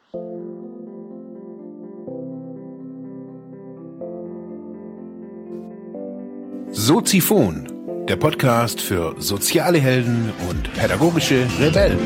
Soziphon, der Podcast für soziale Helden und pädagogische Rebellen.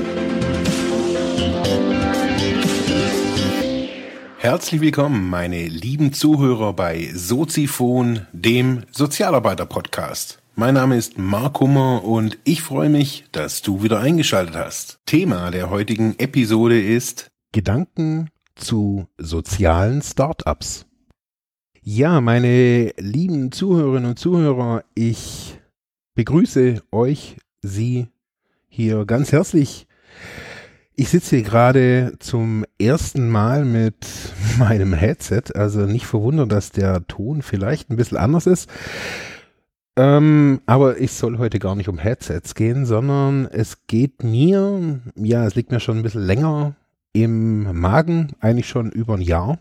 Herzlich willkommen, meine lieben Zuhörer bei Soziphon, dem Sozialarbeiter-Podcast. Mein Name ist Mark Hummer und ich freue mich, dass du wieder eingeschaltet hast. Thema der heutigen Episode ist Gedanken zu sozialen Startups. Ja, meine lieben Zuhörerinnen und Zuhörer, ich begrüße euch, Sie hier ganz herzlich. Ich sitze hier gerade zum ersten Mal mit meinem Headset, also nicht verwundern, dass der Ton vielleicht ein bisschen anders ist. Aber es soll heute gar nicht um Headsets gehen, sondern es geht mir, ja, es liegt mir schon ein bisschen länger im Magen, eigentlich schon über ein Jahr.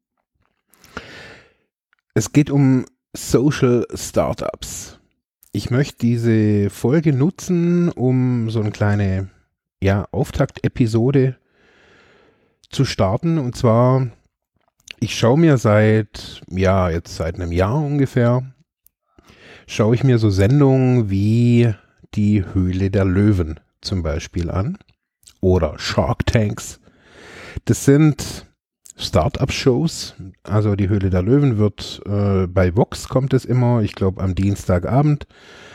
Es geht um Social Startups. Ich möchte diese Folge nutzen, um so eine kleine, ja, Auftaktepisode zu starten. Und zwar, ich schaue mir seit einem Jahr ungefähr, schaue ich mir so Sendungen wie die Höhle der Löwen zum Beispiel an oder Shark Tanks. Das sind Startup-Shows, also die Höhle der Löwen wird bei Vox kommt es immer, ich glaube am Dienstagabend.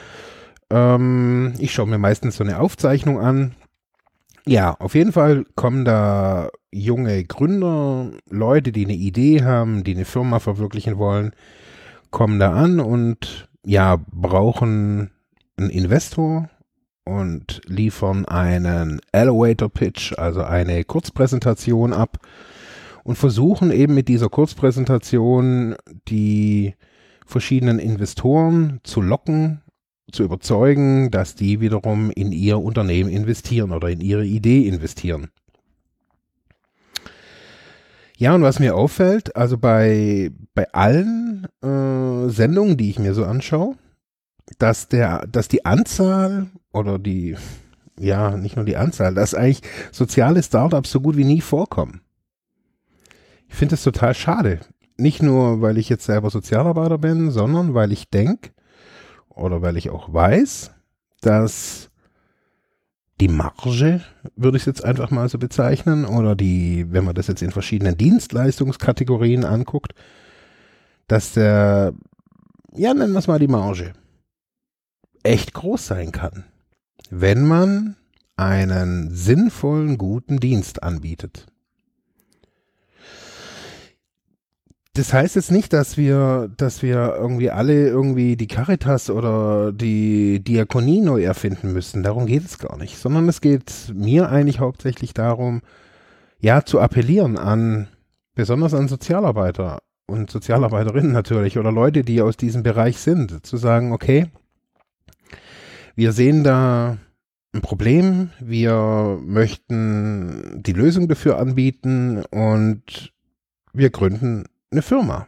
Ich schaue mir meistens so eine Aufzeichnung an. Ja, auf jeden Fall kommen da junge Gründer, Leute, die eine Idee haben, die eine Firma verwirklichen wollen, kommen da an und ja, brauchen einen Investor und liefern einen Elevator Pitch, also eine Kurzpräsentation ab. Und versuchen eben mit dieser Kurzpräsentation die verschiedenen Investoren zu locken, zu überzeugen, dass die wiederum in ihr Unternehmen investieren oder in ihre Idee investieren. Ja, und was mir auffällt, also bei allen Sendungen, die ich mir so anschaue, dass die Anzahl oder die, ja, nicht nur die Anzahl, dass eigentlich soziale Startups so gut wie nie vorkommen. Ich finde das total schade. Nicht nur, weil ich jetzt selber Sozialarbeiter bin, sondern weil ich denke oder weil ich auch weiß, dass die Marge, würde ich es jetzt einfach mal so bezeichnen, oder wenn man das jetzt in verschiedenen Dienstleistungskategorien anguckt, dass nennen wir es mal die Marge, echt groß sein kann, wenn man einen sinnvollen, guten Dienst anbietet. Das heißt jetzt nicht, dass wir irgendwie alle irgendwie die Caritas oder die Diakonie neu erfinden müssen. Darum geht es gar nicht. Sondern es geht mir eigentlich hauptsächlich darum, ja, zu appellieren besonders an Sozialarbeiter und Sozialarbeiterinnen natürlich oder Leute, die aus diesem Bereich sind, zu sagen, okay, wir sehen da ein Problem, wir möchten die Lösung dafür anbieten und wir gründen eine Firma.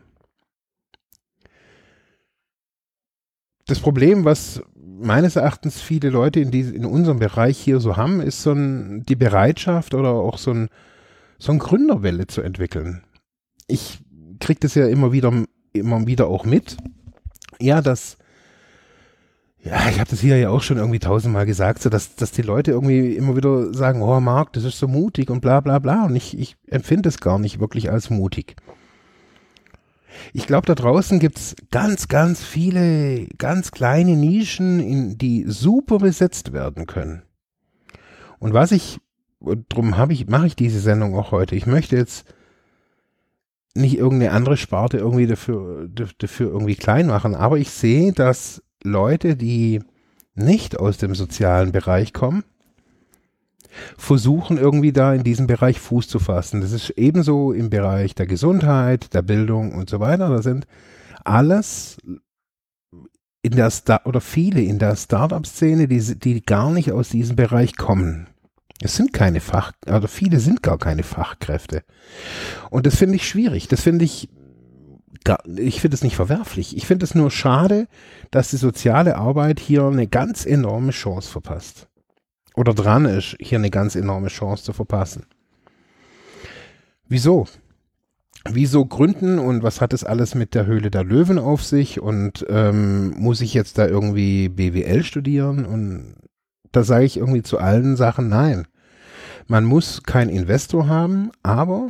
Das Problem, was meines Erachtens viele Leute in unserem Bereich hier so haben, ist die Bereitschaft oder auch so ein Gründerwelle zu entwickeln. Ich kriege das ja immer wieder auch mit. Ja, ich habe das hier ja auch schon irgendwie 1000-mal gesagt, so dass die Leute irgendwie immer wieder sagen, oh Marc, das ist so mutig und bla bla bla. Und ich empfinde es gar nicht wirklich als mutig. Ich glaube, da draußen gibt es ganz, ganz viele, ganz kleine Nischen, die super besetzt werden können. Und darum mache ich diese Sendung auch heute. Ich möchte jetzt nicht irgendeine andere Sparte irgendwie dafür irgendwie klein machen, aber ich sehe, dass Leute, die nicht aus dem sozialen Bereich kommen, versuchen irgendwie da in diesem Bereich Fuß zu fassen. Das ist ebenso im Bereich der Gesundheit, der Bildung und so weiter. Da sind alles viele in der Startup-Szene, die gar nicht aus diesem Bereich kommen. Es sind viele sind gar keine Fachkräfte. Und das finde ich schwierig. Ich finde es nicht verwerflich. Ich finde es nur schade, dass die soziale Arbeit hier eine ganz enorme Chance verpasst. Oder dran ist, hier eine ganz enorme Chance zu verpassen. Wieso? Wieso gründen und was hat es alles mit der Höhle der Löwen auf sich und muss ich jetzt da irgendwie BWL studieren? Und da sage ich irgendwie zu allen Sachen nein. Man muss keinen Investor haben, aber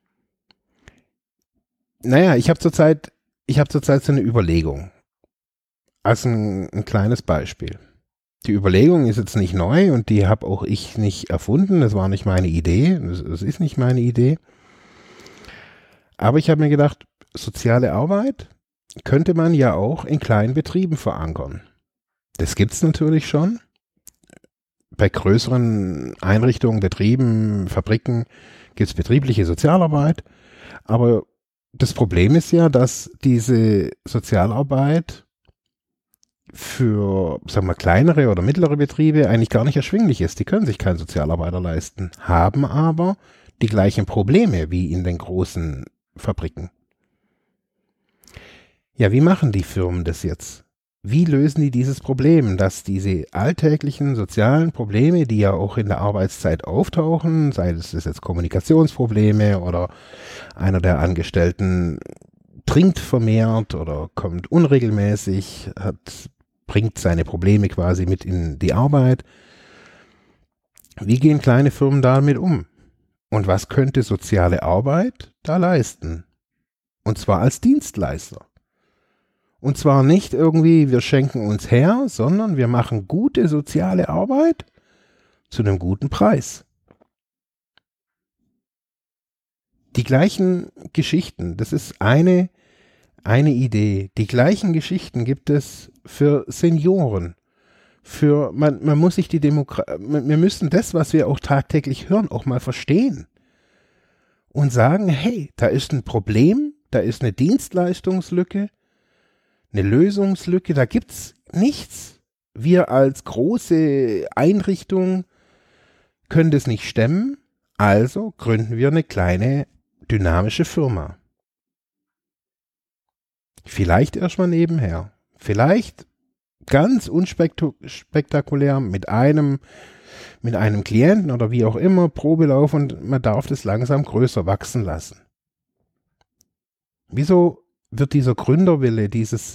naja, ich habe zurzeit so eine Überlegung. Als ein kleines Beispiel. Die Überlegung ist jetzt nicht neu und die habe auch ich nicht erfunden. Das war nicht meine Idee. Es ist nicht meine Idee. Aber ich habe mir gedacht, soziale Arbeit könnte man ja auch in kleinen Betrieben verankern. Das gibt es natürlich schon. Bei größeren Einrichtungen, Betrieben, Fabriken gibt es betriebliche Sozialarbeit. Aber das Problem ist ja, dass diese Sozialarbeit für, sagen wir, kleinere oder mittlere Betriebe eigentlich gar nicht erschwinglich ist. Die können sich keinen Sozialarbeiter leisten, haben aber die gleichen Probleme wie in den großen Fabriken. Ja, wie machen die Firmen das jetzt? Wie lösen die dieses Problem, dass diese alltäglichen sozialen Probleme, die ja auch in der Arbeitszeit auftauchen, sei es jetzt Kommunikationsprobleme oder einer der Angestellten trinkt vermehrt oder kommt unregelmäßig, bringt seine Probleme quasi mit in die Arbeit. Wie gehen kleine Firmen damit um? Und was könnte soziale Arbeit da leisten? Und zwar als Dienstleister. Und zwar nicht irgendwie, wir schenken uns her, sondern wir machen gute soziale Arbeit zu einem guten Preis. Die gleichen Geschichten, das ist eine Idee. Die gleichen Geschichten gibt es für Senioren. Man muss sich wir müssen das, was wir auch tagtäglich hören, auch mal verstehen. Und sagen, hey, da ist ein Problem, da ist eine Dienstleistungslücke, eine Lösungslücke, da gibt's nichts. Wir als große Einrichtung können das nicht stemmen, also gründen wir eine kleine dynamische Firma. Vielleicht erstmal nebenher. Vielleicht ganz unspektakulär mit einem Klienten oder wie auch immer, Probelauf und man darf das langsam größer wachsen lassen. Wieso wird dieser Gründerwille,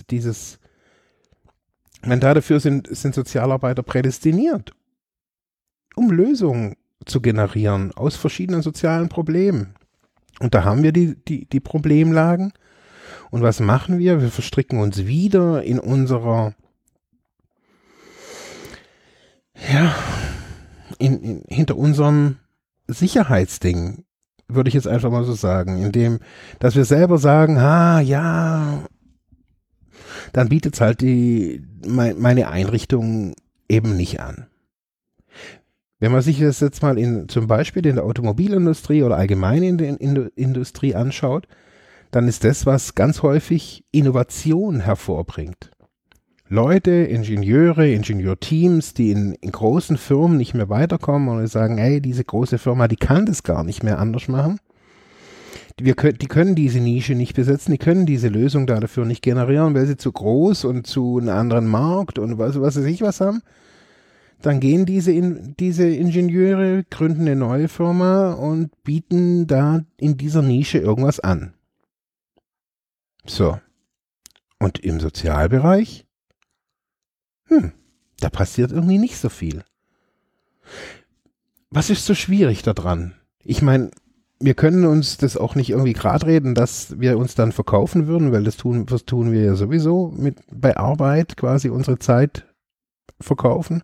dafür sind Sozialarbeiter prädestiniert, um Lösungen zu generieren aus verschiedenen sozialen Problemen. Und da haben wir die Problemlagen. Und was machen wir? Wir verstricken uns wieder in unserer, hinter unserem Sicherheitsding, würde ich jetzt einfach mal so sagen, indem, dass wir selber sagen, dann bietet es halt meine Einrichtung eben nicht an. Wenn man sich das jetzt mal zum Beispiel in der Automobilindustrie oder allgemein in der Industrie anschaut, dann ist das, was ganz häufig Innovation hervorbringt. Leute, Ingenieure, Ingenieurteams, die in großen Firmen nicht mehr weiterkommen und sagen, hey, diese große Firma, die kann das gar nicht mehr anders machen. Die können diese Nische nicht besetzen, die können diese Lösung dafür nicht generieren, weil sie zu groß und zu einem anderen Markt und was weiß ich was haben. Dann gehen diese Ingenieure, gründen eine neue Firma und bieten da in dieser Nische irgendwas an. So. Und im Sozialbereich? Da passiert irgendwie nicht so viel. Was ist so schwierig daran? Ich meine, wir können uns das auch nicht irgendwie gradreden, dass wir uns dann verkaufen würden, weil das tun wir ja sowieso bei Arbeit quasi unsere Zeit verkaufen.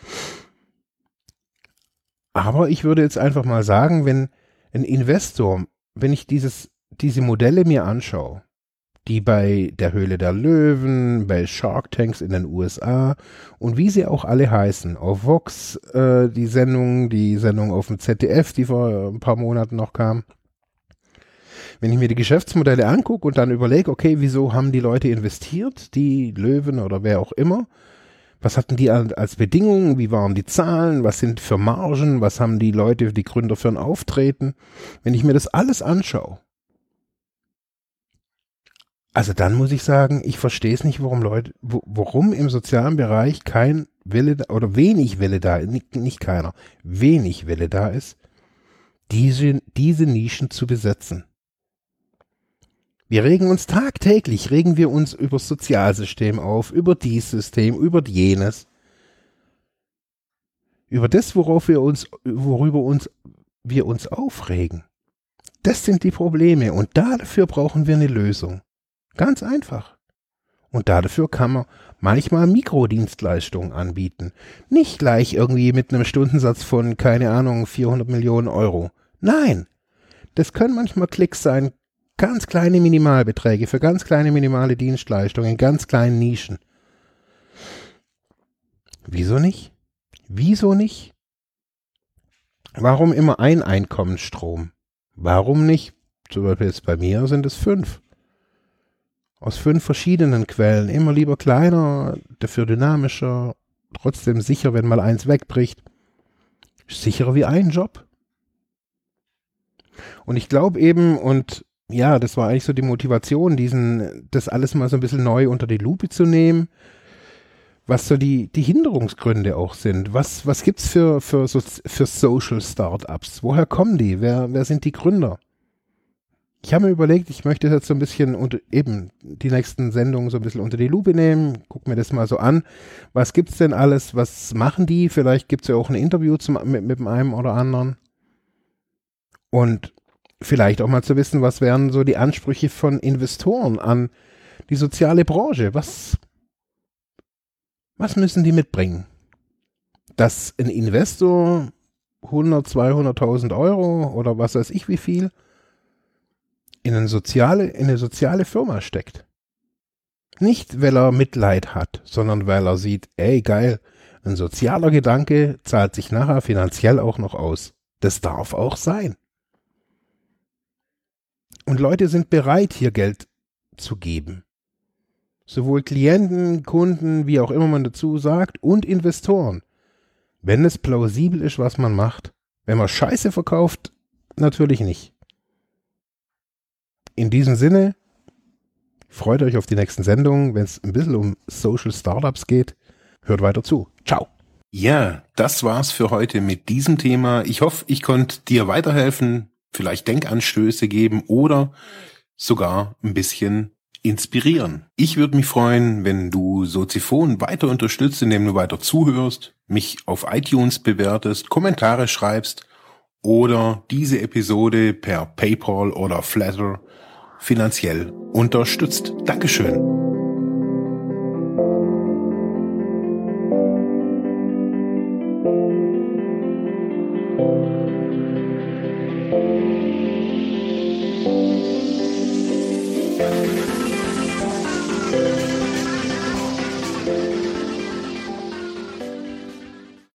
Aber ich würde jetzt einfach mal sagen, wenn ein Investor, wenn ich diese Modelle mir anschaue, die bei der Höhle der Löwen, bei Shark Tanks in den USA und wie sie auch alle heißen, auf Vox, die Sendung auf dem ZDF, die vor ein paar Monaten noch kam. Wenn ich mir die Geschäftsmodelle angucke und dann überlege, okay, wieso haben die Leute investiert, die Löwen oder wer auch immer, was hatten die als Bedingungen, wie waren die Zahlen, was sind für Margen, was haben die Leute, die Gründer für ein Auftreten, wenn ich mir das alles anschaue, also dann muss ich sagen, ich verstehe es nicht, warum im sozialen Bereich kein Wille oder wenig Wille da, nicht keiner, wenig Wille da ist, diese Nischen zu besetzen. Wir regen uns tagtäglich, regen wir uns über das Sozialsystem auf, über dieses System, über jenes. Über das, worüber wir uns aufregen. Das sind die Probleme und dafür brauchen wir eine Lösung. Ganz einfach. Und dafür kann man manchmal Mikrodienstleistungen anbieten. Nicht gleich irgendwie mit einem Stundensatz von, keine Ahnung, 400 Millionen Euro. Nein, das können manchmal Klicks sein, ganz kleine Minimalbeträge für ganz kleine minimale Dienstleistungen in ganz kleinen Nischen. Wieso nicht? Wieso nicht? Warum immer ein Einkommensstrom? Warum nicht? Zum Beispiel jetzt bei mir sind es 5. Aus 5 verschiedenen Quellen. Immer lieber kleiner, dafür dynamischer, trotzdem sicher, wenn mal eins wegbricht. Sicherer wie ein Job. Und ich glaube eben, und ja, das war eigentlich so die Motivation, das alles mal so ein bisschen neu unter die Lupe zu nehmen, was so die Hinderungsgründe auch sind. Was gibt's für Social Startups? Woher kommen die? Wer sind die Gründer? Ich habe mir überlegt, ich möchte jetzt so ein bisschen eben die nächsten Sendungen so ein bisschen unter die Lupe nehmen, guck mir das mal so an. Was gibt's denn alles? Was machen die? Vielleicht gibt's ja auch ein Interview mit dem einen oder anderen. Und vielleicht auch mal zu wissen, was wären so die Ansprüche von Investoren an die soziale Branche? Was müssen die mitbringen? Dass ein Investor 100, 200.000 Euro oder was weiß ich wie viel in eine soziale Firma steckt. Nicht, weil er Mitleid hat, sondern weil er sieht, ey geil, ein sozialer Gedanke zahlt sich nachher finanziell auch noch aus. Das darf auch sein. Und Leute sind bereit, hier Geld zu geben. Sowohl Klienten, Kunden, wie auch immer man dazu sagt, und Investoren. Wenn es plausibel ist, was man macht. Wenn man Scheiße verkauft, natürlich nicht. In diesem Sinne, freut euch auf die nächsten Sendungen, wenn es ein bisschen um Social Startups geht. Hört weiter zu. Ciao. Ja, das war's für heute mit diesem Thema. Ich hoffe, ich konnte dir weiterhelfen, vielleicht Denkanstöße geben oder sogar ein bisschen inspirieren. Ich würde mich freuen, wenn du Soziphon weiter unterstützt, indem du weiter zuhörst, mich auf iTunes bewertest, Kommentare schreibst oder diese Episode per PayPal oder Flatter finanziell unterstützt. Dankeschön.